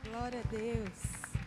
Glória a Deus.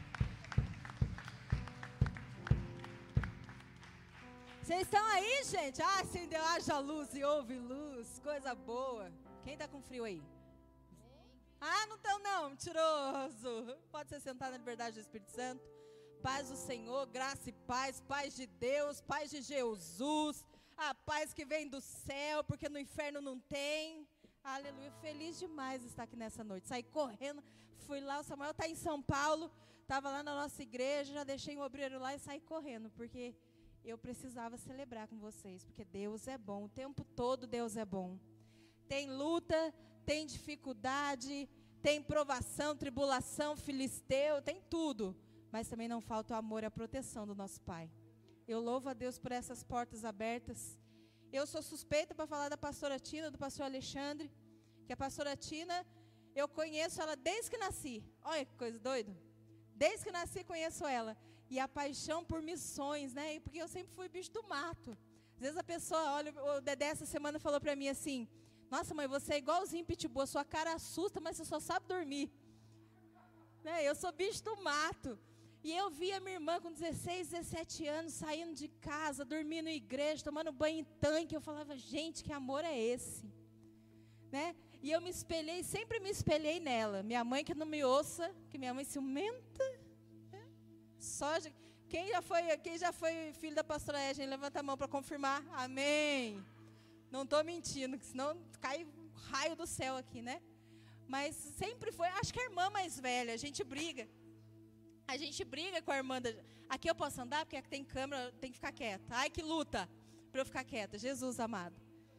Vocês estão aí, gente? Ah, acendeu, haja luz e houve luz. Coisa boa. Quem está com frio aí? Ah, não estão não, mentiroso. Pode se sentar na liberdade do Espírito Santo. Paz do Senhor, graça e paz. Paz de Deus, paz de Jesus. A paz que vem do céu, porque no inferno não tem. Aleluia, feliz demais estar aqui nessa noite. Saí correndo, fui lá, o Samuel está em São Paulo, estava lá na nossa igreja, já deixei um obreiro lá e saí correndo, porque eu precisava celebrar com vocês, porque Deus é bom, o tempo todo Deus é bom. Tem luta, tem dificuldade, tem provação, tribulação, filisteu, tem tudo, mas também não falta o amor e a proteção do nosso Pai. Eu louvo a Deus por essas portas abertas. Eu sou suspeita para falar da pastora Tina, do pastor Alexandre, que a pastora Tina, eu conheço ela desde que nasci. Olha que coisa doida. Desde que nasci conheço ela. E a paixão por missões, né? Porque eu sempre fui bicho do mato. Às vezes a pessoa olha, o Dedé essa semana falou para mim assim, nossa mãe, você é igualzinho pitbull, sua cara assusta, mas você só sabe dormir. Né? Eu sou bicho do mato. E eu via minha irmã com 16, 17 anos, saindo de casa, dormindo em igreja, tomando banho em tanque. Eu falava, gente, que amor é esse? Né? E eu me espelhei, sempre me espelhei nela. Minha mãe que não me ouça, que minha mãe ciumenta. Né? Quem já foi filho da pastora Égea, levanta a mão para confirmar. Amém. Não estou mentindo, que senão cai raio do céu aqui, né? Mas sempre foi, acho que a irmã mais velha, a gente briga. A gente briga com a irmã. Aqui eu posso andar, porque aqui tem câmera, tem que ficar quieta. Ai, que luta para eu ficar quieta. Jesus amado.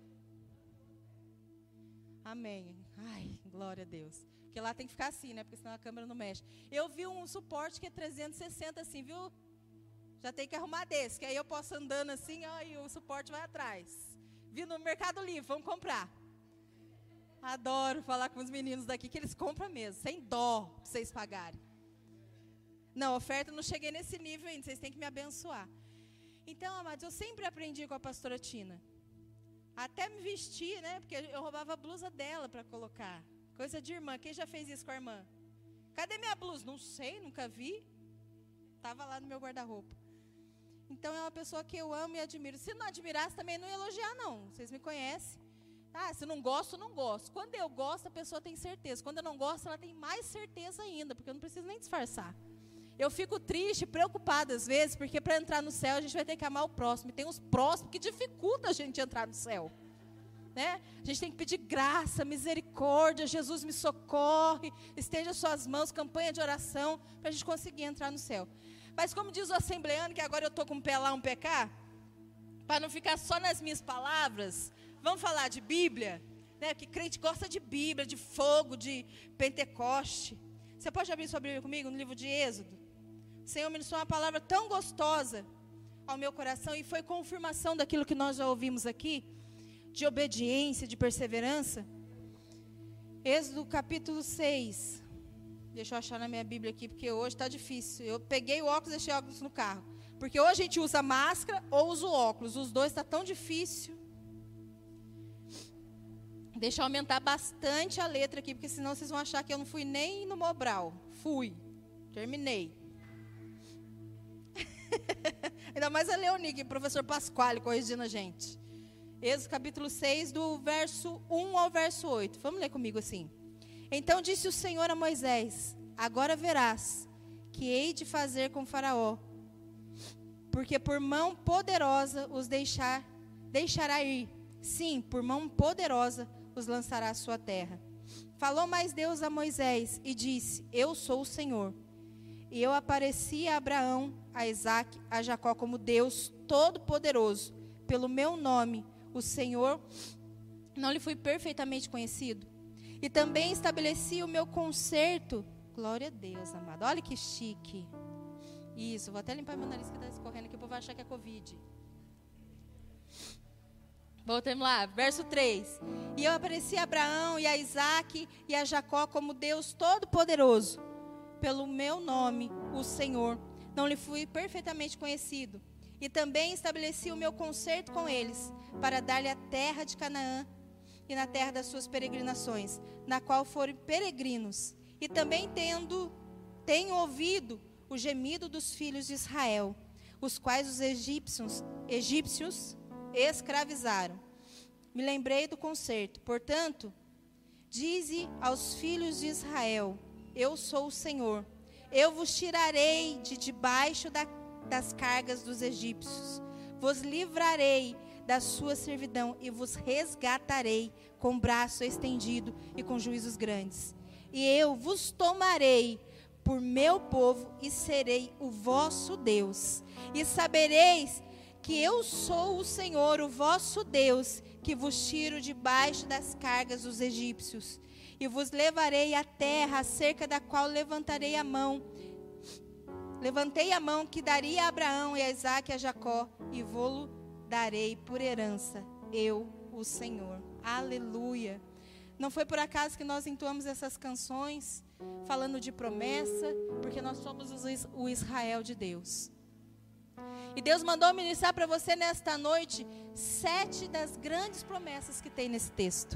Amém. Ai, glória a Deus. Porque lá tem que ficar assim, né? Porque senão a câmera não mexe. Eu vi um suporte que é 360 assim, viu? Já tem que arrumar desse, que aí eu posso andando assim, ó, e o suporte vai atrás. Vi no Mercado Livre, vamos comprar. Adoro falar com os meninos daqui, que eles compram mesmo, sem dó, para vocês pagarem. Não, oferta, não cheguei nesse nível ainda, vocês têm que me abençoar. Então, amados, eu sempre aprendi com a pastora Tina. Até me vestir, né? Porque eu roubava a blusa dela para colocar. Coisa de irmã. Quem já fez isso com a irmã? Cadê minha blusa? Não sei, nunca vi. Estava lá no meu guarda-roupa. Então, é uma pessoa que eu amo e admiro. Se não admirasse, também não ia elogiar, não. Vocês me conhecem. Ah, se não gosto, não gosto. Quando eu gosto, a pessoa tem certeza. Quando eu não gosto, ela tem mais certeza ainda, porque eu não preciso nem disfarçar. Eu fico triste, preocupada às vezes, porque para entrar no céu a gente vai ter que amar o próximo. E tem os próximos que dificultam a gente entrar no céu. Né? A gente tem que pedir graça, misericórdia, Jesus me socorre, estende as suas mãos, campanha de oração, para a gente conseguir entrar no céu. Mas como diz o assembleano, que agora eu estou com um pé lá, um pé cá, para não ficar só nas minhas palavras, vamos falar de Bíblia, né? Porque crente gosta de Bíblia, de fogo, de Pentecoste. Você pode abrir sua Bíblia comigo no livro de Êxodo? O Senhor ministrou uma palavra tão gostosa ao meu coração e foi confirmação daquilo que nós já ouvimos aqui, de obediência, de perseverança. Êxodo capítulo 6. Deixa eu achar na minha Bíblia aqui, porque hoje está difícil. Eu peguei o óculos e deixei o óculos no carro. Porque ou a gente usa máscara ou usa o óculos. Os dois está tão difícil. Deixa eu aumentar bastante a letra aqui, porque senão vocês vão achar que eu não fui nem no Mobral. Fui. Terminei. Ainda mais a Leonique, professor Pasquale, corrigindo a gente. Êxodo capítulo 6, do verso 1 ao verso 8. Vamos ler comigo assim. Então disse o Senhor a Moisés: agora verás que hei de fazer com Faraó, porque por mão poderosa os deixará ir. Sim, por mão poderosa os lançará à sua terra. Falou mais Deus a Moisés e disse: eu sou o Senhor. E eu apareci a Abraão, a Isaque, a Jacó como Deus Todo-Poderoso. Pelo meu nome, o Senhor, não lhe fui perfeitamente conhecido. E também estabeleci o meu concerto. Glória a Deus, amado. Olha que chique. Isso, vou até limpar meu nariz que está escorrendo aqui, o povo vai achar que é Covid. Voltemos lá, verso 3. E eu apareci a Abraão e a Isaque e a Jacó como Deus Todo-Poderoso. Pelo meu nome, o Senhor, não lhe fui perfeitamente conhecido. E também estabeleci o meu concerto com eles, para dar-lhe a terra de Canaã e na terra das suas peregrinações, na qual forem peregrinos. E também tendo tenho ouvido o gemido dos filhos de Israel, os quais os egípcios escravizaram. Me lembrei do concerto. Portanto, dize aos filhos de Israel: eu sou o Senhor. Eu vos tirarei de debaixo das cargas dos egípcios. Vos livrarei da sua servidão e vos resgatarei com braço estendido e com juízos grandes. E eu vos tomarei por meu povo e serei o vosso Deus. E sabereis que eu sou o Senhor, o vosso Deus, que vos tiro debaixo das cargas dos egípcios. E vos levarei à terra, acerca da qual levantei a mão que daria a Abraão e a Isaque e a Jacó, e vô-lo darei por herança, eu, o Senhor. Aleluia. Não foi por acaso que nós entoamos essas canções, falando de promessa, porque nós somos o Israel de Deus. E Deus mandou ministrar para você nesta noite 7 das grandes promessas que tem nesse texto.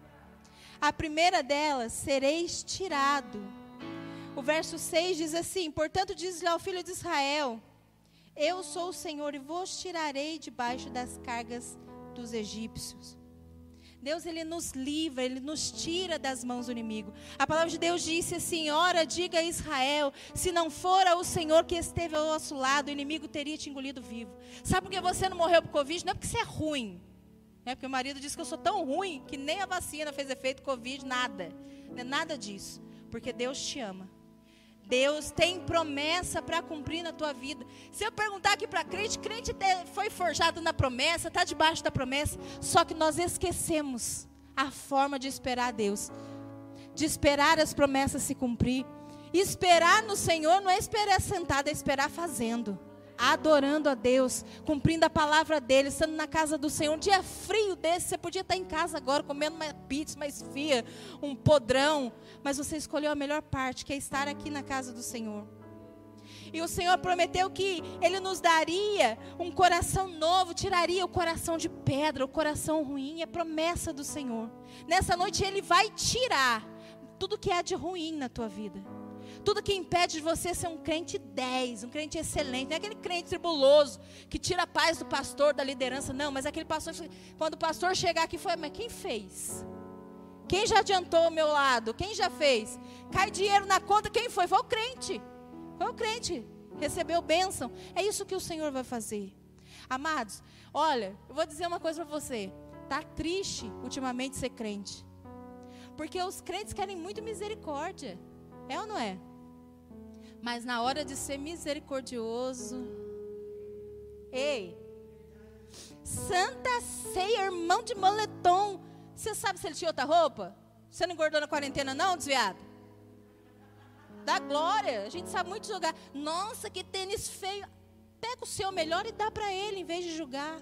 A primeira delas: sereis tirado. O verso 6 diz assim: portanto diz-lhe ao filho de Israel: eu sou o Senhor e vos tirarei debaixo das cargas dos egípcios. Deus, Ele nos livra, Ele nos tira das mãos do inimigo. A palavra de Deus disse assim: ora, diga a Israel, se não fora o Senhor que esteve ao nosso lado, o inimigo teria te engolido vivo. Sabe por que você não morreu por Covid? Não é porque você é ruim. É porque o marido disse que eu sou tão ruim que nem a vacina fez efeito Covid, nada. Não é nada disso. Porque Deus te ama. Deus tem promessa para cumprir na tua vida. Se eu perguntar aqui para crente foi forjado na promessa, está debaixo da promessa, só que nós esquecemos a forma de esperar a Deus, de esperar as promessas se cumprir. Esperar no Senhor não é esperar sentado, é esperar fazendo, adorando a Deus, cumprindo a palavra dEle, estando na casa do Senhor. Um dia frio desse, você podia estar em casa agora, comendo uma pizza, uma esfia, um podrão, mas você escolheu a melhor parte, que é estar aqui na casa do Senhor. E o Senhor prometeu que Ele nos daria um coração novo, tiraria o coração de pedra, o coração ruim. É promessa do Senhor. Nessa noite Ele vai tirar tudo que há de ruim na tua vida. Tudo que impede de você ser um crente 10, um crente excelente. Não é aquele crente tribuloso que tira a paz do pastor, da liderança. Não, mas aquele pastor, quando o pastor chegar aqui, foi: mas quem fez? Quem já adiantou ao meu lado? Quem já fez? Cai dinheiro na conta, quem foi? Foi o crente. Foi o crente. Recebeu bênção. É isso que o Senhor vai fazer. Amados, olha, eu vou dizer uma coisa para você. Está triste ultimamente ser crente. Porque os crentes querem muito misericórdia. É ou não é? Mas na hora de ser misericordioso, ei, Santa Ceia, irmão de moletom. Você sabe se ele tinha outra roupa? Você não engordou na quarentena não, desviado? Dá glória. A gente sabe muito jogar. Nossa, que tênis feio. Pega o seu melhor e dá para ele, em vez de julgar.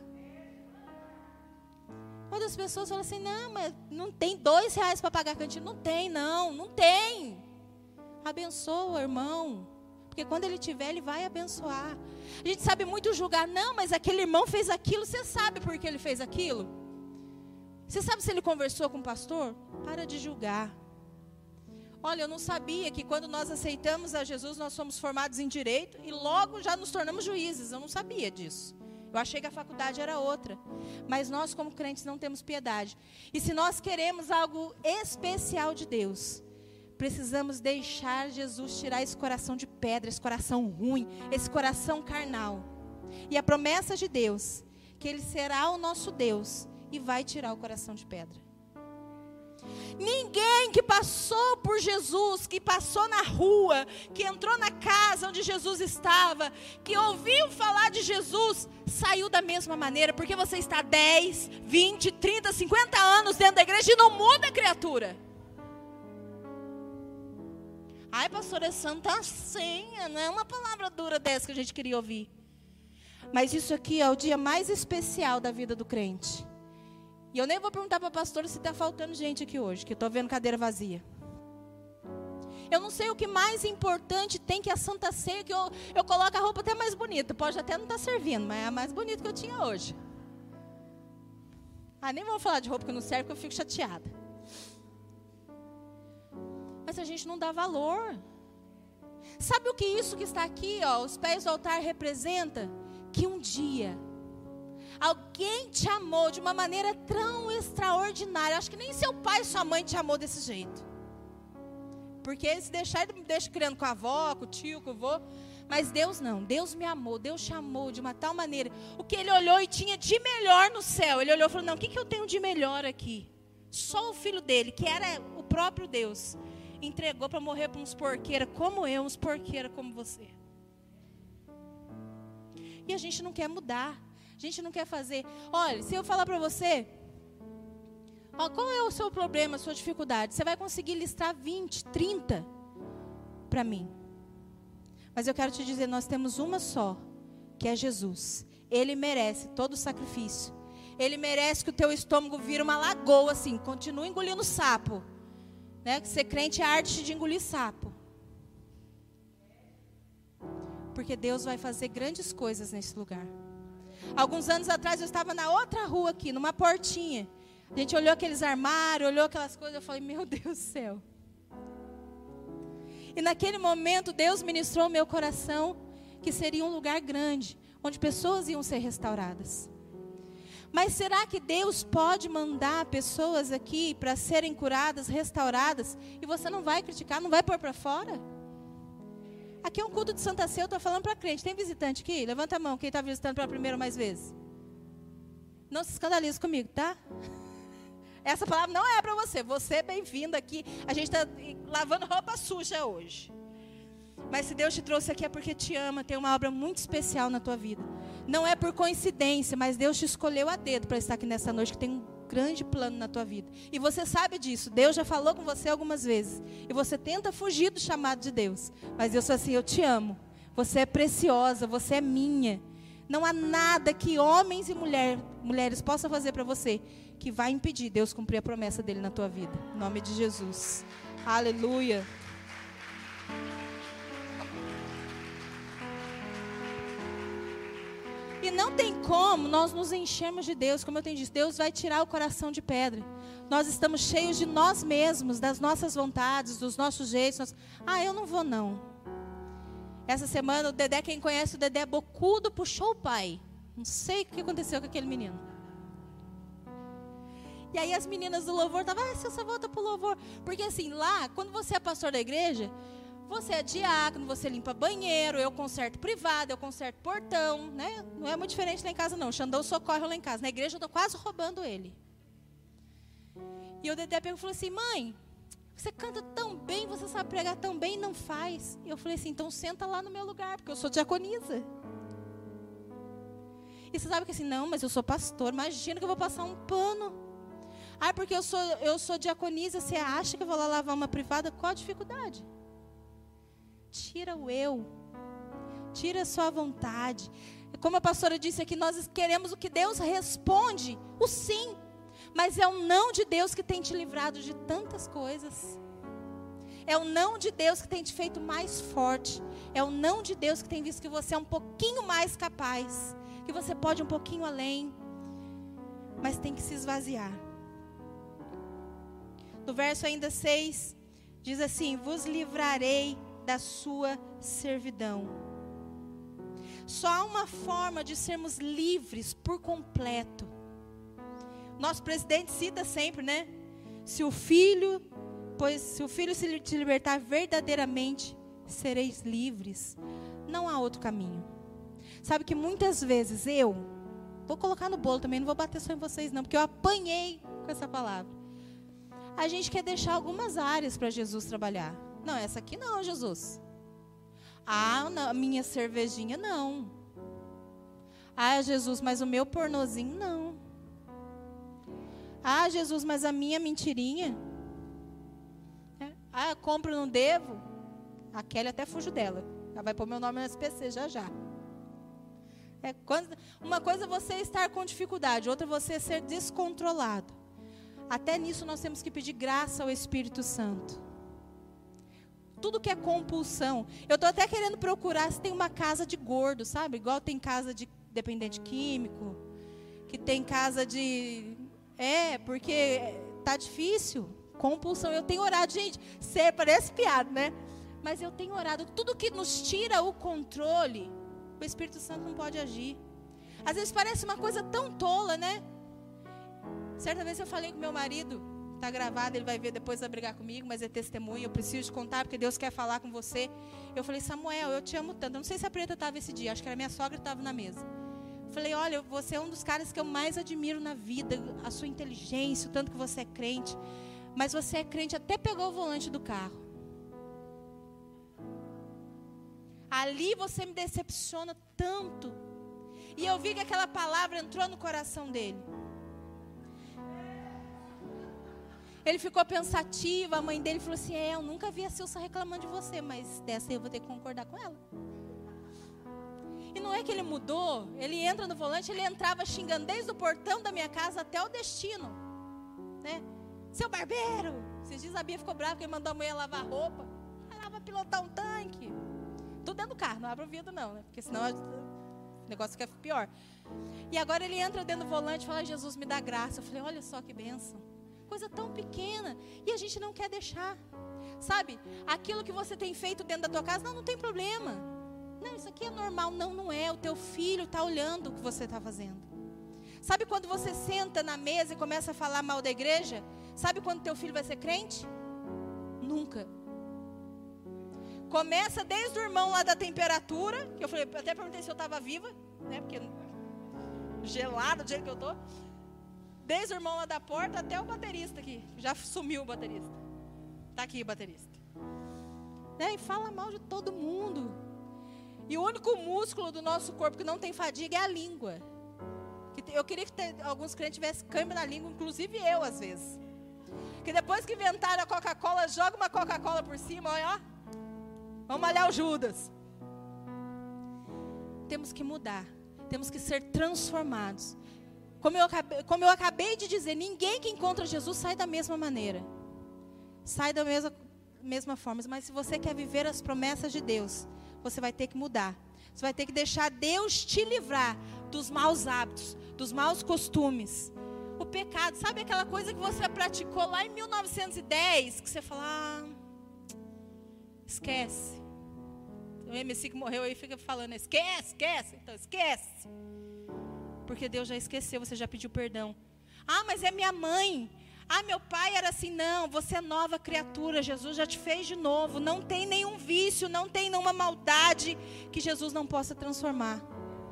Quantas pessoas falam assim: não, mas não tem R$2 para pagar a cantina. Não tem, não tem. Abençoa, irmão. Porque quando ele tiver, ele vai abençoar. A gente sabe muito julgar. Não, mas aquele irmão fez aquilo. Você sabe por que ele fez aquilo? Você sabe se ele conversou com o pastor? Para de julgar. Olha, eu não sabia que quando nós aceitamos a Jesus, nós somos formados em direito e logo já nos tornamos juízes. Eu não sabia disso. Eu achei que a faculdade era outra. Mas nós, como crentes, não temos piedade. E se nós queremos algo especial de Deus, precisamos deixar Jesus tirar esse coração de pedra, esse coração ruim, esse coração carnal. E a promessa de Deus, que Ele será o nosso Deus e vai tirar o coração de pedra. Ninguém que passou por Jesus, que passou na rua, que entrou na casa onde Jesus estava, que ouviu falar de Jesus, saiu da mesma maneira. Porque você está 10, 20, 30, 50 anos dentro da igreja e não muda a criatura. Ai, pastora, é santa senha, não é uma palavra dura dessa que a gente queria ouvir. Mas isso aqui é o dia mais especial da vida do crente. E eu nem vou perguntar para a pastora se está faltando gente aqui hoje, que eu estou vendo cadeira vazia. Eu não sei o que mais importante tem que a Santa Ceia, que eu coloco a roupa até mais bonita. Pode até não estar servindo, mas é a mais bonita que eu tinha hoje. Nem vou falar de roupa que não serve, porque eu fico chateada. Mas a gente não dá valor. Sabe o que isso que está aqui, ó, os pés do altar representa? Que um dia alguém te amou de uma maneira tão extraordinária. Acho que nem seu pai e sua mãe te amou desse jeito. Porque se deixar, ele deixa criando com a avó, com o tio, com o vô. Mas Deus não, Deus me amou, Deus te amou de uma tal maneira. O que ele olhou e tinha de melhor no céu, ele olhou e falou, não, o que eu tenho de melhor aqui? Só o filho dele, que era o próprio Deus, entregou para morrer para uns porqueiras como eu, uns porqueiras como você. E a gente não quer mudar, a gente não quer fazer. Olha, se eu falar para você, ó, qual é o seu problema, a sua dificuldade? Você vai conseguir listar 20, 30 para mim. Mas eu quero te dizer, nós temos uma só, que é Jesus. Ele merece todo o sacrifício. Ele merece que o teu estômago vire uma lagoa assim, continue engolindo sapo. Né? Que ser crente é a arte de engolir sapo. Porque Deus vai fazer grandes coisas nesse lugar. Alguns anos atrás eu estava na outra rua aqui, numa portinha. A gente olhou aqueles armários, olhou aquelas coisas, eu falei, meu Deus do céu. E naquele momento Deus ministrou ao meu coração que seria um lugar grande, onde pessoas iam ser restauradas. Mas será que Deus pode mandar pessoas aqui para serem curadas, restauradas, e você não vai criticar, não vai pôr para fora? Aqui é um culto de Santa Ceia, eu estou falando para crente. Tem visitante aqui? Levanta a mão, quem está visitando pela primeira ou mais vezes. Não se escandalize comigo, tá? Essa palavra não é para você. Você é bem-vindo aqui. A gente está lavando roupa suja hoje. Mas se Deus te trouxe aqui é porque te ama. Tem uma obra muito especial na tua vida. Não é por coincidência, mas Deus te escolheu a dedo para estar aqui nessa noite, que tem um grande plano na tua vida. E você sabe disso. Deus já falou com você algumas vezes. E você tenta fugir do chamado de Deus. Mas Deus falou assim, eu te amo. Você é preciosa, você é minha. Não há nada que homens e mulheres possam fazer para você que vai impedir Deus cumprir a promessa dele na tua vida. Em nome de Jesus. Aleluia. E não tem como nós nos enchermos de Deus, como eu tenho dito. Deus vai tirar o coração de pedra. Nós estamos cheios de nós mesmos, das nossas vontades, dos nossos jeitos. Eu não vou não. Essa semana o Dedé, quem conhece o Dedé bocudo, puxou o pai. Não sei o que aconteceu com aquele menino. E aí as meninas do louvor estavam, você só volta pro louvor. Porque assim, lá, quando você é pastor da igreja, você é diácono, você limpa banheiro, eu conserto privado, eu conserto portão, né? Não é muito diferente lá em casa não, o Xandão socorre lá em casa. Na igreja eu estou quase roubando ele. E o Dedé pegou e falou assim, mãe, você canta tão bem, você sabe pregar tão bem e não faz. E eu falei assim, então senta lá no meu lugar, porque eu sou diaconisa. E você sabe que assim, não, mas eu sou pastor, imagina que eu vou passar um pano. Porque eu sou diaconisa, você acha que eu vou lá lavar uma privada? Qual a dificuldade? Tira o eu, tira a sua vontade. Como a pastora disse aqui, nós queremos o que Deus responde, o sim. Mas é o não de Deus que tem te livrado de tantas coisas. É o não de Deus que tem te feito mais forte. É o não de Deus que tem visto que você é um pouquinho mais capaz. Que você pode um pouquinho além. Mas tem que se esvaziar. No verso ainda 6, diz assim, vos livrarei da sua servidão. Só há uma forma de sermos livres por completo. Nosso presidente cita sempre, né? Se o filho se te libertar verdadeiramente, sereis livres. Não há outro caminho. Sabe que muitas vezes vou colocar no bolo também, não vou bater só em vocês não, porque eu apanhei com essa palavra. A gente quer deixar algumas áreas para Jesus trabalhar. Não, essa aqui não, Jesus. Não, a minha cervejinha não. Jesus, mas o meu pornozinho não. Jesus, mas a minha mentirinha. Eu compro, não devo. A Kelly até fujo dela. Ela vai pôr meu nome no SPC já. Uma coisa é você estar com dificuldade, outra é você ser descontrolado. Até nisso nós temos que pedir graça ao Espírito Santo. Tudo que é compulsão. Eu estou até querendo procurar se tem uma casa de gordo, sabe? Igual tem casa de dependente químico. Que tem casa de... porque tá difícil. Compulsão. Eu tenho orado, gente. Parece piada, né? Mas eu tenho orado. Tudo que nos tira o controle, o Espírito Santo não pode agir. Às vezes parece uma coisa tão tola, né? Certa vez eu falei com meu marido, está gravado, ele vai ver depois, vai brigar comigo, mas é testemunho, eu preciso te contar, porque Deus quer falar com você. Eu falei, Samuel, eu te amo tanto. Eu não sei se a Preta estava esse dia, acho que era minha sogra que estava na mesa. Eu falei, olha, você é um dos caras que eu mais admiro na vida, a sua inteligência, o tanto que você é crente. Mas você é crente, até pegou o volante do carro. Ali você me decepciona tanto. E eu vi que aquela palavra entrou no coração dele. Ele ficou pensativo, a mãe dele falou assim, eu nunca vi a Silsa reclamando de você, mas dessa aí eu vou ter que concordar com ela. E não é que ele mudou, ele entra no volante, ele entrava xingando desde o portão da minha casa até o destino. Né? Seu barbeiro! Esses dias a Bia ficou brava porque ele mandou a mulher lavar roupa. Ela vai pilotar um tanque. Tudo dentro do carro, não abre o vidro não, né? Porque senão o negócio fica pior. E agora ele entra dentro do volante e fala, Jesus, me dá graça. Eu falei, olha só que bênção. Coisa tão pequena. E a gente não quer deixar. Sabe, aquilo que você tem feito dentro da tua casa, não tem problema. Não, isso aqui é normal. Não, não é. O teu filho está olhando o que você está fazendo. Sabe quando você senta na mesa e começa a falar mal da igreja? Sabe quando teu filho vai ser crente? Nunca. Começa desde o irmão lá da temperatura, que eu falei, até perguntei se eu estava viva, né? Porque gelado do jeito que eu tô. Desde o irmão lá da porta até o baterista aqui. Já sumiu o baterista. Tá aqui o baterista. Né? E fala mal de todo mundo. E o único músculo do nosso corpo que não tem fadiga é a língua. Eu queria que alguns crentes tivessem câimbra na língua, inclusive eu às vezes. Que depois que inventaram a Coca-Cola, joga uma Coca-Cola por cima, olha, ó. Vamos malhar o Judas. Temos que mudar. Temos que ser transformados. Como eu acabei de dizer, ninguém que encontra Jesus sai da mesma maneira. Sai da mesma forma. Mas se você quer viver as promessas de Deus, você vai ter que mudar. Você vai ter que deixar Deus te livrar dos maus hábitos, dos maus costumes. O pecado, sabe aquela coisa que você praticou lá em 1910, que você fala, esquece. O MC que morreu aí fica falando, esquece. Então esquece. Porque Deus já esqueceu, você já pediu perdão. Mas é minha mãe. Meu pai era assim. Não, você é nova criatura, Jesus já te fez de novo. Não tem nenhum vício, não tem nenhuma maldade que Jesus não possa transformar.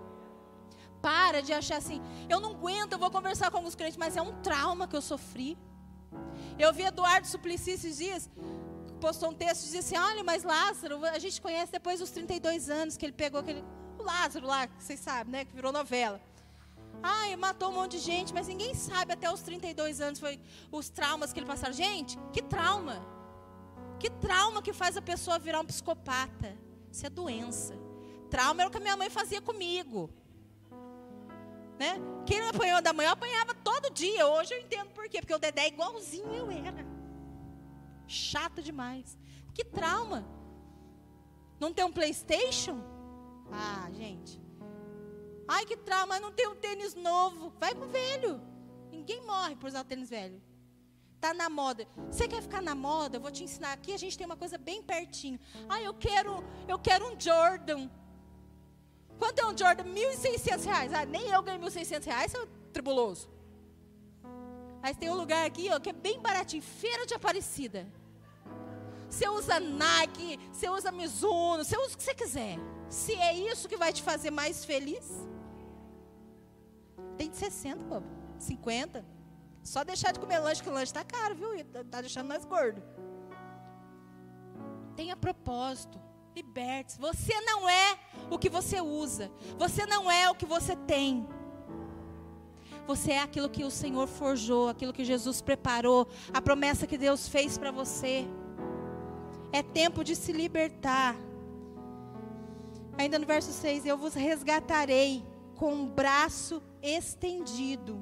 Para de achar assim, eu não aguento, eu vou conversar com alguns crentes, mas é um trauma que eu sofri. Eu vi Eduardo Suplicy esses dias, postou um texto e dizia assim, olha, mas Lázaro, a gente conhece depois dos 32 anos que ele pegou o Lázaro lá, que vocês sabem, né, que virou novela. Matou um monte de gente, mas ninguém sabe até os 32 anos foi os traumas que ele passaram. Gente, que trauma? Que trauma que faz a pessoa virar um psicopata? Isso é doença. Trauma era o que a minha mãe fazia comigo. Né? Quem não apanhou da mãe, eu apanhava todo dia. Hoje eu entendo por quê. Porque o Dedé é igualzinho eu era. Chato demais. Que trauma? Não tem um PlayStation? Gente. Que trauma, não tem um tênis novo. Vai pro velho. Ninguém morre por usar o tênis velho. Tá na moda. Você quer ficar na moda? Eu vou te ensinar. Aqui a gente tem uma coisa bem pertinho. Eu quero um Jordan. Quanto é um Jordan? R$1.600. Nem eu ganho R$1.600, seu tribuloso. Mas tem um lugar aqui, que é bem baratinho. Feira de Aparecida. Você usa Nike, você usa Mizuno, você usa o que você quiser. Se é isso que vai te fazer mais feliz. Tem de 60, bobo. 50. Só deixar de comer lanche, que o lanche está caro, viu? Está deixando nós gordos. Tenha propósito. Liberte-se. Você não é o que você usa. Você não é o que você tem. Você é aquilo que o Senhor forjou, aquilo que Jesus preparou, a promessa que Deus fez para você. É tempo de se libertar. Ainda no verso 6, eu vos resgatarei com um braço estendido.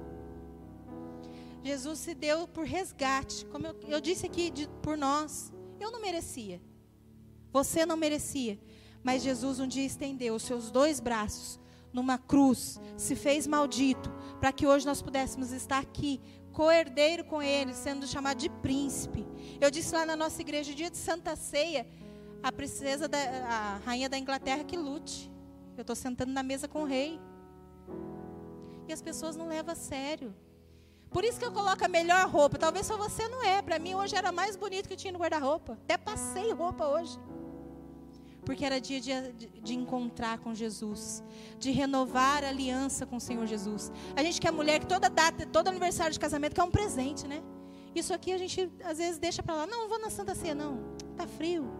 Jesus se deu por resgate, como eu disse aqui, por nós. Eu não merecia. Você não merecia. Mas Jesus um dia estendeu os seus 2 braços numa cruz, se fez maldito, para que hoje nós pudéssemos estar aqui, co-herdeiro com Ele, sendo chamado de príncipe. Eu disse lá na nossa igreja, dia de Santa Ceia, a princesa, a rainha da Inglaterra que lute. Eu estou sentando na mesa com o rei. E as pessoas não levam a sério. Por isso que eu coloco a melhor roupa. Talvez só você não é. Para mim hoje era mais bonito que tinha no guarda-roupa. Até passei roupa hoje. Porque era dia de encontrar com Jesus. De renovar a aliança com o Senhor Jesus. A gente quer mulher que toda data, todo aniversário de casamento quer um presente, né? Isso aqui a gente às vezes deixa para lá. Não vou na Santa Ceia não. Tá frio.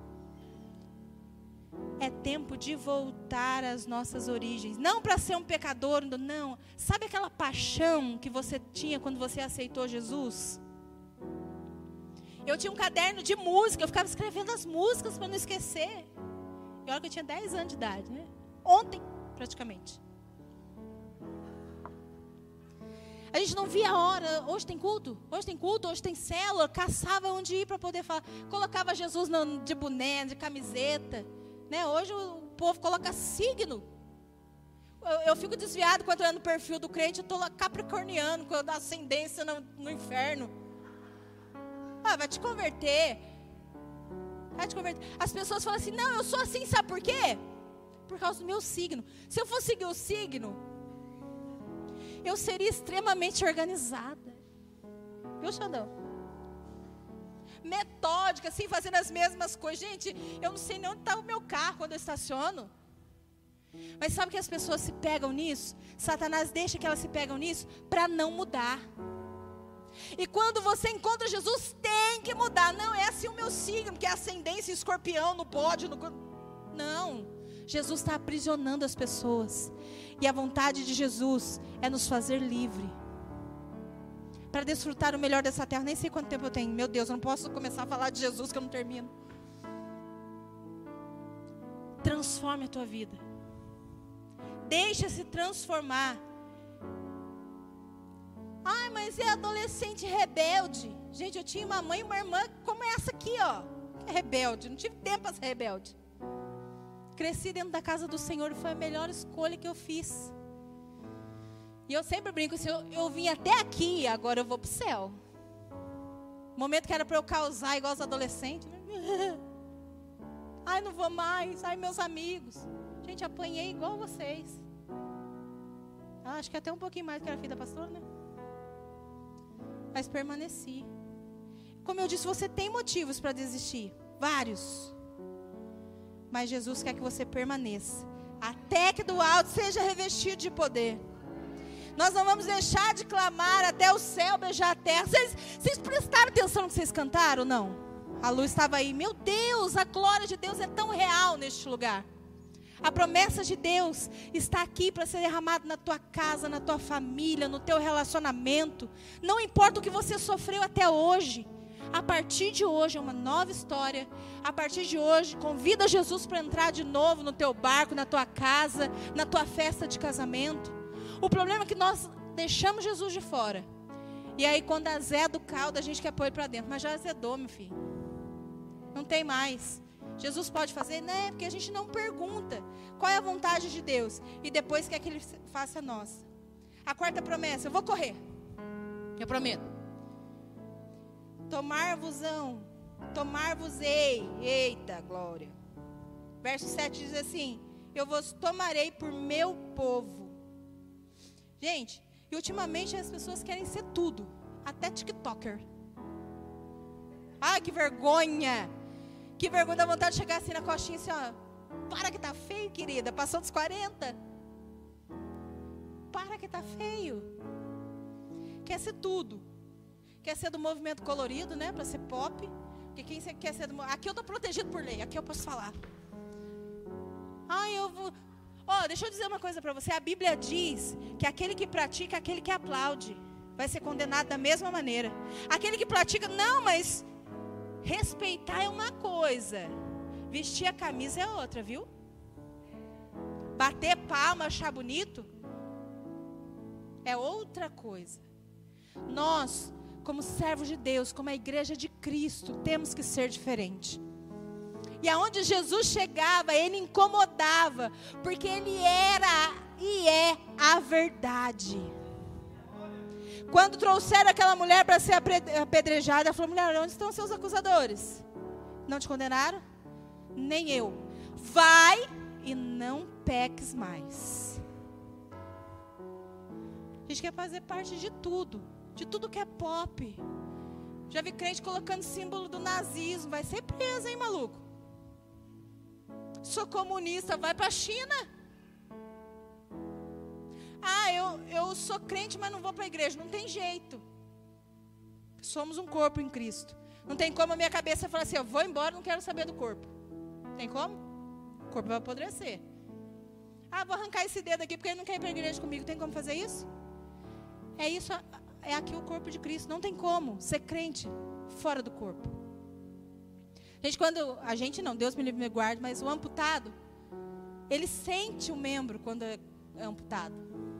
É tempo de voltar às nossas origens. Não para ser um pecador, não. Sabe aquela paixão que você tinha quando você aceitou Jesus? Eu tinha um caderno de música, eu ficava escrevendo as músicas para não esquecer. E olha que eu tinha 10 anos de idade, né? Ontem, praticamente. A gente não via a hora. Hoje tem culto, hoje tem célula. Caçava onde ir para poder falar. Colocava Jesus de boné, de camiseta. Né? Hoje o povo coloca signo. Eu fico desviado quando eu ando no perfil do crente. Eu estou lá capricorniano, com a ascendência no inferno. Vai te converter. Vai te converter. As pessoas falam assim, não, eu sou assim, sabe por quê? Por causa do meu signo. Se eu fosse seguir o signo, eu seria extremamente organizada. Viu, Xandão? Metódica, assim, fazendo as mesmas coisas. Gente, eu não sei nem onde está o meu carro quando eu estaciono. Mas sabe que as pessoas se pegam nisso? Satanás deixa que elas se pegam nisso para não mudar. E quando você encontra Jesus, tem que mudar. Não é assim o meu signo, que é ascendência, escorpião no bode. Não. Jesus está aprisionando as pessoas. E a vontade de Jesus é nos fazer livre. Para desfrutar o melhor dessa terra. Nem sei quanto tempo eu tenho. Meu Deus, eu não posso começar a falar de Jesus que eu não termino. Transforme a tua vida. Deixa-se transformar. Ai, mas é adolescente rebelde. Gente, eu tinha uma mãe e uma irmã como essa aqui, ó. Que é rebelde. Não tive tempo para ser rebelde. Cresci dentro da casa do Senhor e foi a melhor escolha que eu fiz. E eu sempre brinco assim, eu vim até aqui, agora eu vou para o céu. Momento que era para eu causar igual os adolescentes. Ai, não vou mais. Ai, meus amigos. Gente, apanhei igual vocês. Acho que até um pouquinho mais que era filha da pastora, né? Mas permaneci. Como eu disse, você tem motivos para desistir. Vários. Mas Jesus quer que você permaneça. Até que do alto seja revestido de poder. Nós não vamos deixar de clamar até o céu beijar a terra. Vocês prestaram atenção no que vocês cantaram? Não. A luz estava aí. Meu Deus, a glória de Deus é tão real neste lugar. A promessa de Deus está aqui para ser derramada na tua casa, na tua família, no teu relacionamento. Não importa o que você sofreu até hoje. A partir de hoje é uma nova história. A partir de hoje, convida Jesus para entrar de novo no teu barco, na tua casa, na tua festa de casamento. O problema é que nós deixamos Jesus de fora. E aí quando azeda o caldo, a gente quer pôr ele para dentro. Mas já azedou, meu filho. Não tem mais. Jesus pode fazer? Né? Porque a gente não pergunta qual é a vontade de Deus. E depois quer que Ele faça a nossa. A quarta promessa, eu vou correr. Eu prometo. Tomar-vos-ei. Eita, glória. Verso 7 diz assim, eu vos tomarei por meu povo. Gente, e ultimamente as pessoas querem ser tudo. Até TikToker. Ai, que vergonha. Que vergonha, dá vontade de chegar assim na costinha assim, ó. Para que tá feio, querida. Passou dos 40. Para que tá feio. Quer ser tudo. Quer ser do movimento colorido, né? Para ser pop. Porque quem quer ser do... Aqui eu tô protegido por lei. Aqui eu posso falar. Ai, eu vou... deixa eu dizer uma coisa para você. A Bíblia diz que aquele que pratica, aquele que aplaude, vai ser condenado da mesma maneira. Aquele que pratica, não, mas respeitar é uma coisa, vestir a camisa é outra, viu? Bater palma, achar bonito, é outra coisa. Nós, como servos de Deus, como a igreja de Cristo, temos que ser diferente. E aonde Jesus chegava, Ele incomodava, porque Ele era e é a verdade. Quando trouxeram aquela mulher para ser apedrejada, ela falou, mulher, onde estão seus acusadores? Não te condenaram? nem eu. Vai e não peques mais. A gente quer fazer parte de tudo que é pop. Já vi crente colocando símbolo do nazismo. Vai ser preso, hein, maluco? Sou comunista, vai para a China. Eu sou crente, mas não vou para a igreja. Não tem jeito. Somos um corpo em Cristo. Não tem como a minha cabeça falar assim, eu vou embora, não quero saber do corpo. Tem como? O corpo vai apodrecer. Vou arrancar esse dedo aqui porque ele não quer ir para a igreja comigo. Tem como fazer isso? É isso, é aqui o corpo de Cristo. Não tem como ser crente fora do corpo. Deus me livre e me guarde, mas o amputado, ele sente o membro quando é amputado.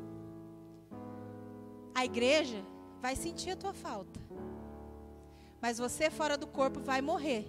A igreja vai sentir a tua falta. Mas você fora do corpo vai morrer.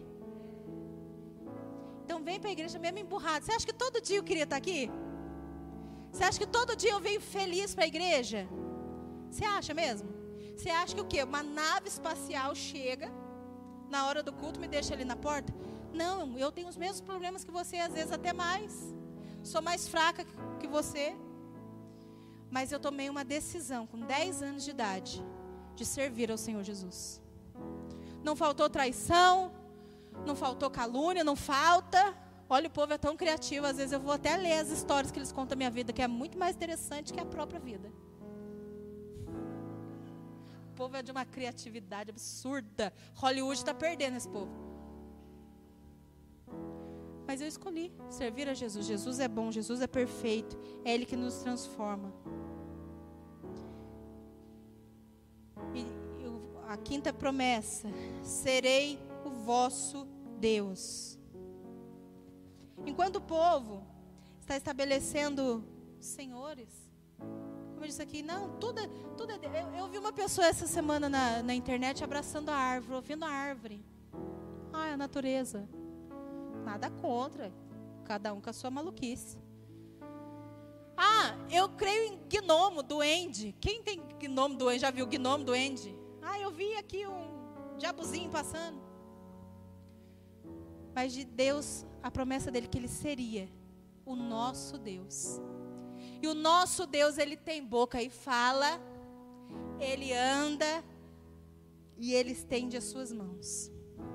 Então vem para a igreja mesmo emburrado. Você acha que todo dia eu queria estar aqui? Você acha que todo dia eu venho feliz para a igreja? Você acha mesmo? Você acha que o quê? Uma nave espacial chega na hora do culto, me deixa ali na porta? Não, eu tenho os mesmos problemas que você, às vezes até mais. Sou mais fraca que você. Mas eu tomei uma decisão com 10 anos de idade de servir ao Senhor Jesus. Não faltou traição, não faltou calúnia, não falta. Olha, o povo é tão criativo, às vezes eu vou até ler as histórias que eles contam da minha vida, que é muito mais interessante que a própria vida. O povo é de uma criatividade absurda. Hollywood está perdendo esse povo. Mas eu escolhi servir a Jesus. Jesus é bom, Jesus é perfeito. É Ele que nos transforma. E a quinta promessa: serei o vosso Deus. Enquanto o povo está estabelecendo senhores, como eu disse aqui, não, tudo é eu vi uma pessoa essa semana na internet abraçando a árvore, ouvindo a árvore. É a natureza. Nada contra, cada um com a sua maluquice. Eu creio em gnomo, duende. Quem tem gnomo, duende? Já viu gnomo, duende? Eu vi aqui um diabozinho passando. Mas de Deus, a promessa dele que ele seria o nosso Deus. E o nosso Deus, ele tem boca e fala, ele anda e ele estende as suas mãos.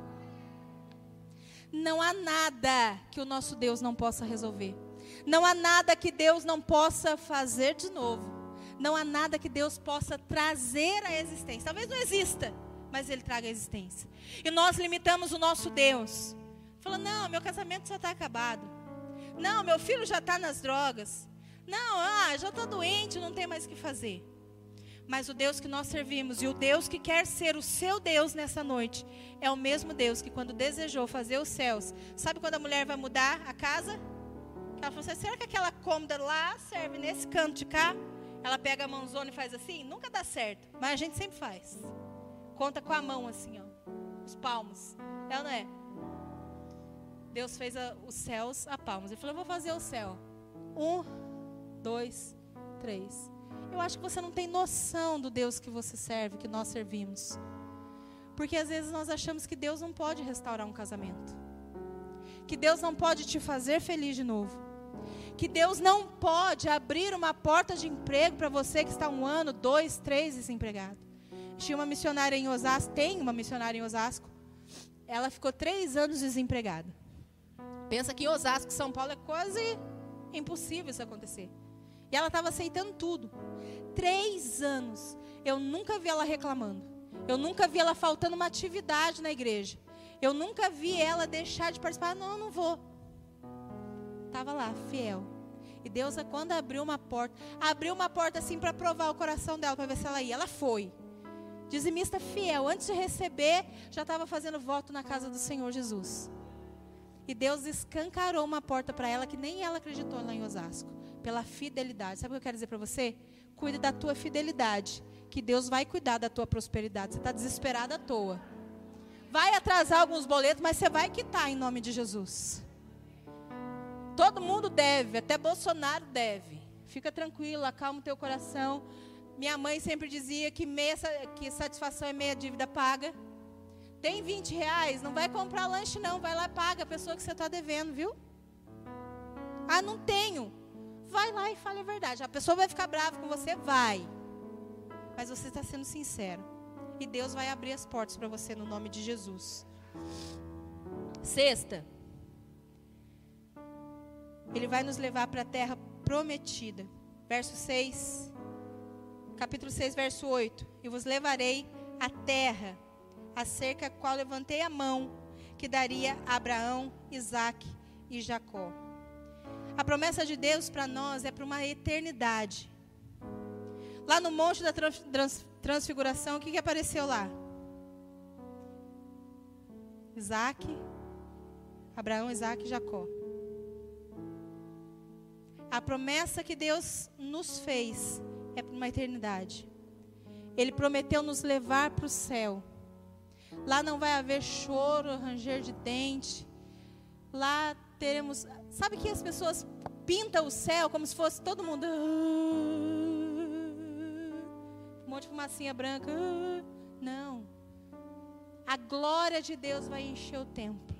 Não há nada que o nosso Deus não possa resolver. Não há nada que Deus não possa fazer de novo. Não há nada que Deus possa trazer à existência. Talvez não exista, mas Ele traga à existência. E nós limitamos o nosso Deus. Falando, não, meu casamento já está acabado. Não, meu filho já está nas drogas. Não, já estou doente, não tem mais o que fazer. Mas o Deus que nós servimos e o Deus que quer ser o seu Deus nessa noite é o mesmo Deus que quando desejou fazer os céus, sabe quando a mulher vai mudar a casa? Ela falou assim, será que aquela cômoda lá serve nesse canto de cá? Ela pega a mãozona e faz assim? Nunca dá certo, mas a gente sempre faz. Conta com a mão assim, os palmos. É ou não é? Deus fez os céus a palmos. Ele falou, eu vou fazer o céu. 1, 2, 3. Eu acho que você não tem noção do Deus que você serve, que nós servimos. Porque às vezes nós achamos que Deus não pode restaurar um casamento. Que Deus não pode te fazer feliz de novo. Que Deus não pode abrir uma porta de emprego para você que está 1 ano, 2, 3 desempregado. Tinha uma missionária em Osasco, tem uma missionária em Osasco. Ela ficou 3 anos desempregada. Pensa que em Osasco, São Paulo, é quase impossível isso acontecer. E ela estava aceitando tudo. 3 anos. Eu nunca vi ela reclamando. Eu nunca vi ela faltando uma atividade na igreja. Eu nunca vi ela deixar de participar. Não vou. Estava lá, fiel. E Deus, quando abriu uma porta assim para provar o coração dela, para ver se ela ia. Ela foi. Dizimista fiel. Antes de receber, já estava fazendo voto na casa do Senhor Jesus. E Deus escancarou uma porta para ela que nem ela acreditou lá em Osasco. Pela fidelidade. Sabe o que eu quero dizer para você? Cuide da tua fidelidade, que Deus vai cuidar da tua prosperidade. Você está desesperado à toa. Vai atrasar alguns boletos, mas você vai quitar em nome de Jesus. Todo mundo deve, até Bolsonaro deve. Fica tranquilo, acalma o teu coração. Minha mãe sempre dizia que satisfação é meia dívida paga. Tem 20 reais? Não vai comprar lanche não, vai lá e paga a pessoa que você está devendo, viu? Ah, não tenho. Vai lá e fale a verdade. A pessoa vai ficar brava com você? Vai. Mas você está sendo sincero. E Deus vai abrir as portas para você no nome de Jesus. Sexta. Ele vai nos levar para a terra prometida. Verso 6. Capítulo 6, verso 8. E vos levarei à terra, acerca da qual levantei a mão, que daria a Abraão, Isaque e Jacó. A promessa de Deus para nós é para uma eternidade. Lá no Monte da Transfiguração, o que apareceu lá? Isaque, Abraão, Isaque e Jacó. A promessa que Deus nos fez é para uma eternidade. Ele prometeu nos levar para o céu. Lá não vai haver choro, ranger de dente. Lá teremos... Sabe que as pessoas pintam o céu como se fosse todo mundo... Um monte de fumacinha branca. Não. A glória de Deus vai encher o templo.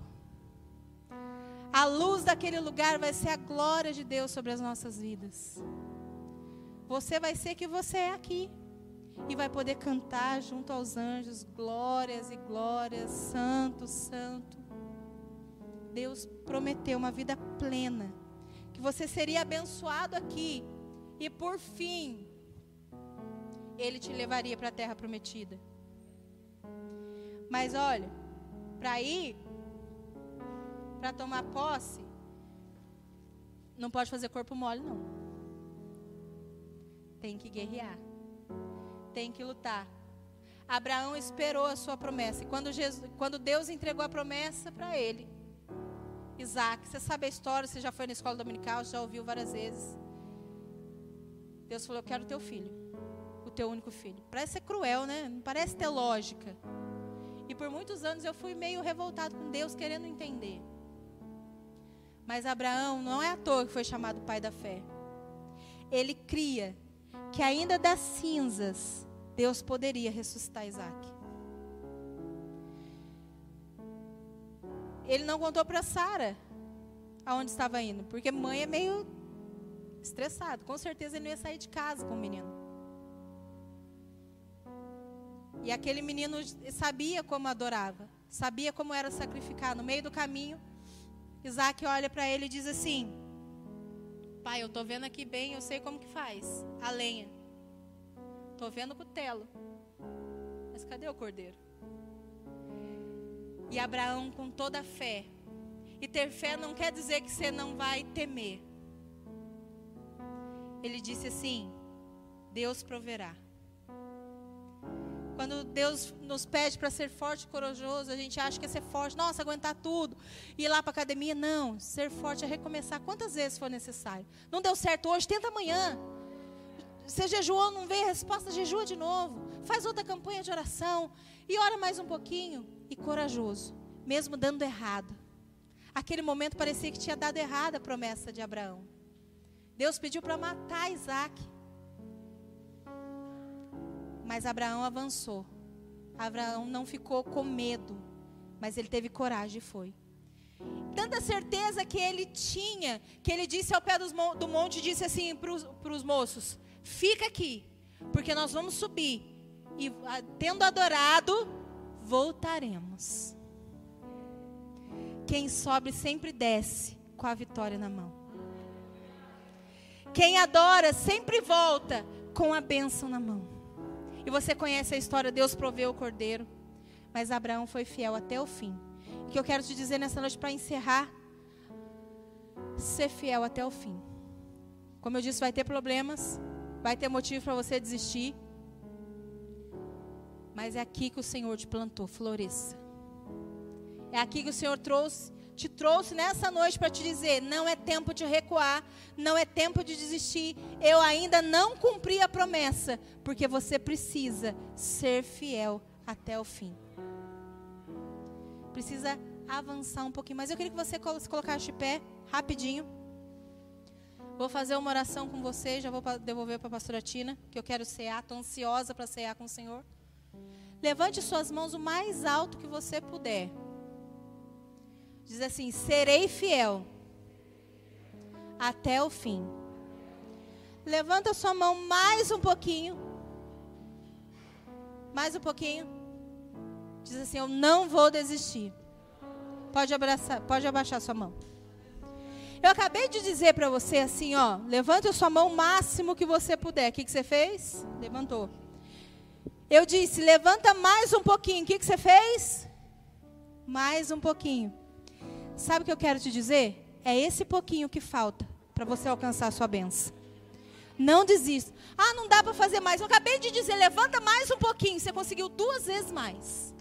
A luz daquele lugar vai ser a glória de Deus sobre as nossas vidas. Você vai ser que você é aqui. E vai poder cantar junto aos anjos, glórias e glórias, santo, santo. Deus prometeu uma vida plena, que você seria abençoado aqui. E por fim, Ele te levaria para a terra prometida. Mas olha, para ir, para tomar posse, não pode fazer corpo mole não. Tem que guerrear. Tem que lutar. Abraão esperou a sua promessa. E quando Deus entregou a promessa para ele, Isaque, você sabe a história, você já foi na escola dominical, já ouviu várias vezes. Deus falou, eu quero o teu filho, o teu único filho. Parece ser cruel, né? Não parece ter lógica. E por muitos anos eu fui meio revoltado com Deus, querendo entender. Mas Abraão não é à toa que foi chamado pai da fé. Ele cria que ainda das cinzas, Deus poderia ressuscitar Isaque. Ele não contou para Sara aonde estava indo, porque mãe é meio estressado. Com certeza ele não ia sair de casa com o menino. E aquele menino sabia como adorava, sabia como era sacrificar. No meio do caminho, Isaque olha para ele e diz assim: pai, eu estou vendo aqui bem, eu sei como que faz a lenha. Estou vendo o cutelo. Mas cadê o cordeiro? E Abraão, com toda a fé. E ter fé não quer dizer que você não vai temer. Ele disse assim: Deus proverá. Quando Deus nos pede para ser forte e corajoso, a gente acha que é ser forte, nossa, aguentar tudo, ir lá para a academia. Não, ser forte é recomeçar quantas vezes for necessário. Não deu certo hoje, tenta amanhã. Você jejuou, não veio a resposta, jejua de novo. Faz outra campanha de oração e ora mais um pouquinho. E corajoso, mesmo dando errado. Aquele momento parecia que tinha dado errado a promessa de Abraão. Deus pediu para matar Isaque. Mas Abraão avançou. Abraão não ficou com medo, mas ele teve coragem e foi. Tanta certeza que ele tinha, que ele disse ao pé do monte, disse assim para os moços: fica aqui, porque nós vamos subir. E tendo adorado, voltaremos. Quem sobe sempre desce com a vitória na mão. Quem adora sempre volta com a bênção na mão. E você conhece a história, Deus proveu o cordeiro, mas Abraão foi fiel até o fim. O que eu quero te dizer nessa noite para encerrar: ser fiel até o fim. Como eu disse, vai ter problemas, vai ter motivo para você desistir, mas é aqui que o Senhor te plantou, floresça. É aqui que o Senhor te trouxe nessa noite para te dizer: não é tempo de recuar, não é tempo de desistir. Eu ainda não cumpri a promessa, porque você precisa ser fiel até o fim. Precisa avançar um pouquinho, mas eu queria que você se colocasse de pé, rapidinho. Vou fazer uma oração com você, já vou devolver para a pastora Tina, que eu quero cear, estou ansiosa para cear com o Senhor. Levante suas mãos o mais alto que você puder. Diz assim: serei fiel até o fim. Levanta sua mão mais um pouquinho. Mais um pouquinho. Diz assim: eu não vou desistir. Pode abaixar sua mão. Eu acabei de dizer para você assim, ó, levante a sua mão o máximo que você puder. O que você fez? Levantou. Eu disse: levanta mais um pouquinho. O que você fez? Mais um pouquinho. Sabe o que eu quero te dizer? É esse pouquinho que falta para você alcançar a sua bênção. Não desista. Ah, não dá para fazer mais. Eu acabei de dizer: levanta mais um pouquinho. Você conseguiu 2 vezes mais.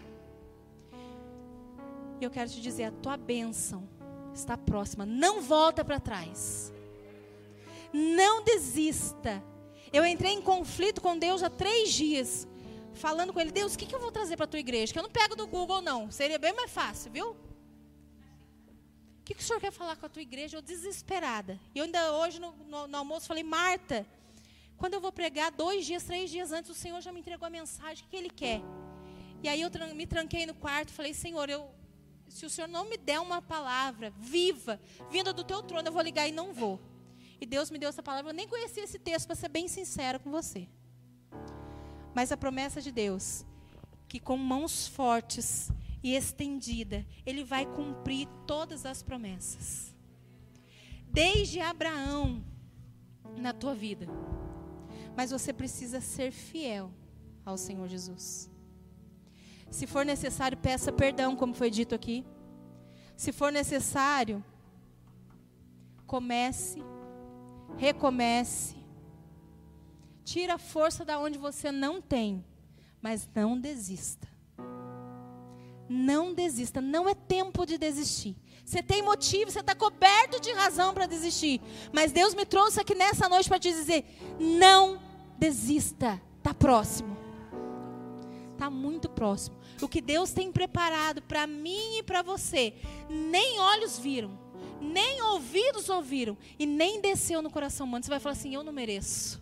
E eu quero te dizer: a tua bênção está próxima. Não volta para trás. Não desista. Eu entrei em conflito com Deus há 3 dias. Falando com Ele: Deus, o que eu vou trazer para a tua igreja? Que eu não pego do Google, não. Seria bem mais fácil, viu? O que o Senhor quer falar com a tua igreja? Eu desesperada. E eu ainda hoje no almoço falei: Marta, quando eu vou pregar 2 dias, 3 dias antes, o Senhor já me entregou a mensagem. O que Ele quer? E aí eu me tranquei no quarto e falei: Senhor, se o Senhor não me der uma palavra viva, vinda do teu trono, eu vou ligar e não vou. E Deus me deu essa palavra. Eu nem conhecia esse texto, para ser bem sincera com você. Mas a promessa de Deus, que com mãos fortes e estendida, Ele vai cumprir todas as promessas. Desde Abraão, na tua vida. Mas você precisa ser fiel ao Senhor Jesus. Se for necessário, peça perdão, como foi dito aqui. Se for necessário, comece, recomece. Tira a força da onde você não tem, mas não desista. Não desista, não é tempo de desistir. Você tem motivo, você está coberto de razão para desistir. Mas Deus me trouxe aqui nessa noite para te dizer: não desista, está próximo. Está muito próximo. O que Deus tem preparado para mim e para você, nem olhos viram, nem ouvidos ouviram, e nem desceu no coração humano. Você vai falar assim: eu não mereço.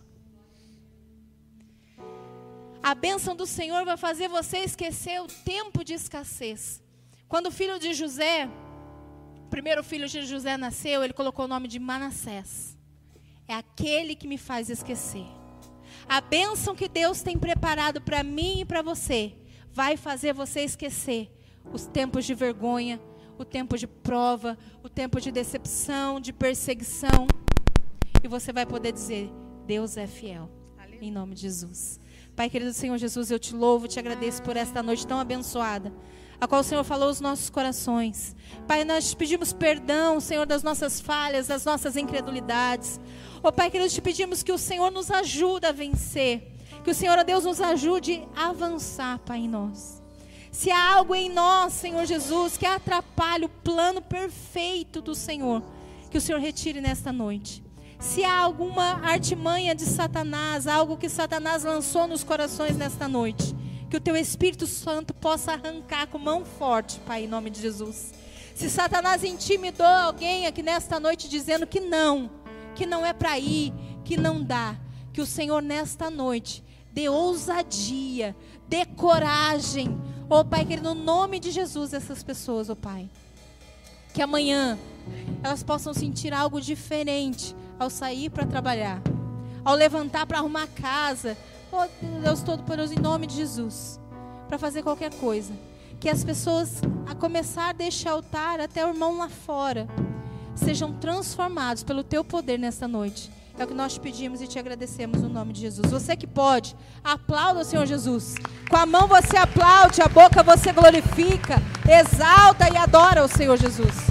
A bênção do Senhor vai fazer você esquecer o tempo de escassez. Quando o filho de José, o primeiro filho de José nasceu, ele colocou o nome de Manassés. É aquele que me faz esquecer. A bênção que Deus tem preparado para mim e para você vai fazer você esquecer os tempos de vergonha, o tempo de prova, o tempo de decepção, de perseguição. E você vai poder dizer: Deus é fiel. Aleluia. Em nome de Jesus. Pai querido Senhor Jesus, eu te louvo, te agradeço por esta noite tão abençoada, a qual o Senhor falou aos nossos corações. Pai, nós te pedimos perdão, Senhor, das nossas falhas, das nossas incredulidades. Ó Pai querido, te pedimos que o Senhor nos ajude a vencer, que o Senhor, ó Deus, nos ajude a avançar, Pai, em nós. Se há algo em nós, Senhor Jesus, que atrapalha o plano perfeito do Senhor, que o Senhor retire nesta noite. Se há alguma artimanha de Satanás, algo que Satanás lançou nos corações nesta noite, que o teu Espírito Santo possa arrancar com mão forte, Pai, em nome de Jesus. Se Satanás intimidou alguém aqui nesta noite dizendo que não é para ir, que não dá, que o Senhor nesta noite dê ousadia, dê coragem, ó Pai querido, no nome de Jesus, essas pessoas, ó Pai. Que amanhã elas possam sentir algo diferente ao sair para trabalhar, ao levantar para arrumar a casa, ó Deus Todo-Poderoso, em nome de Jesus, para fazer qualquer coisa. Que as pessoas, a começar deste altar até o irmão lá fora, sejam transformados pelo teu poder nesta noite. É o que nós te pedimos e te agradecemos no nome de Jesus. Você que pode, aplauda o Senhor Jesus. Com a mão você aplaude, a boca você glorifica, exalta e adora o Senhor Jesus.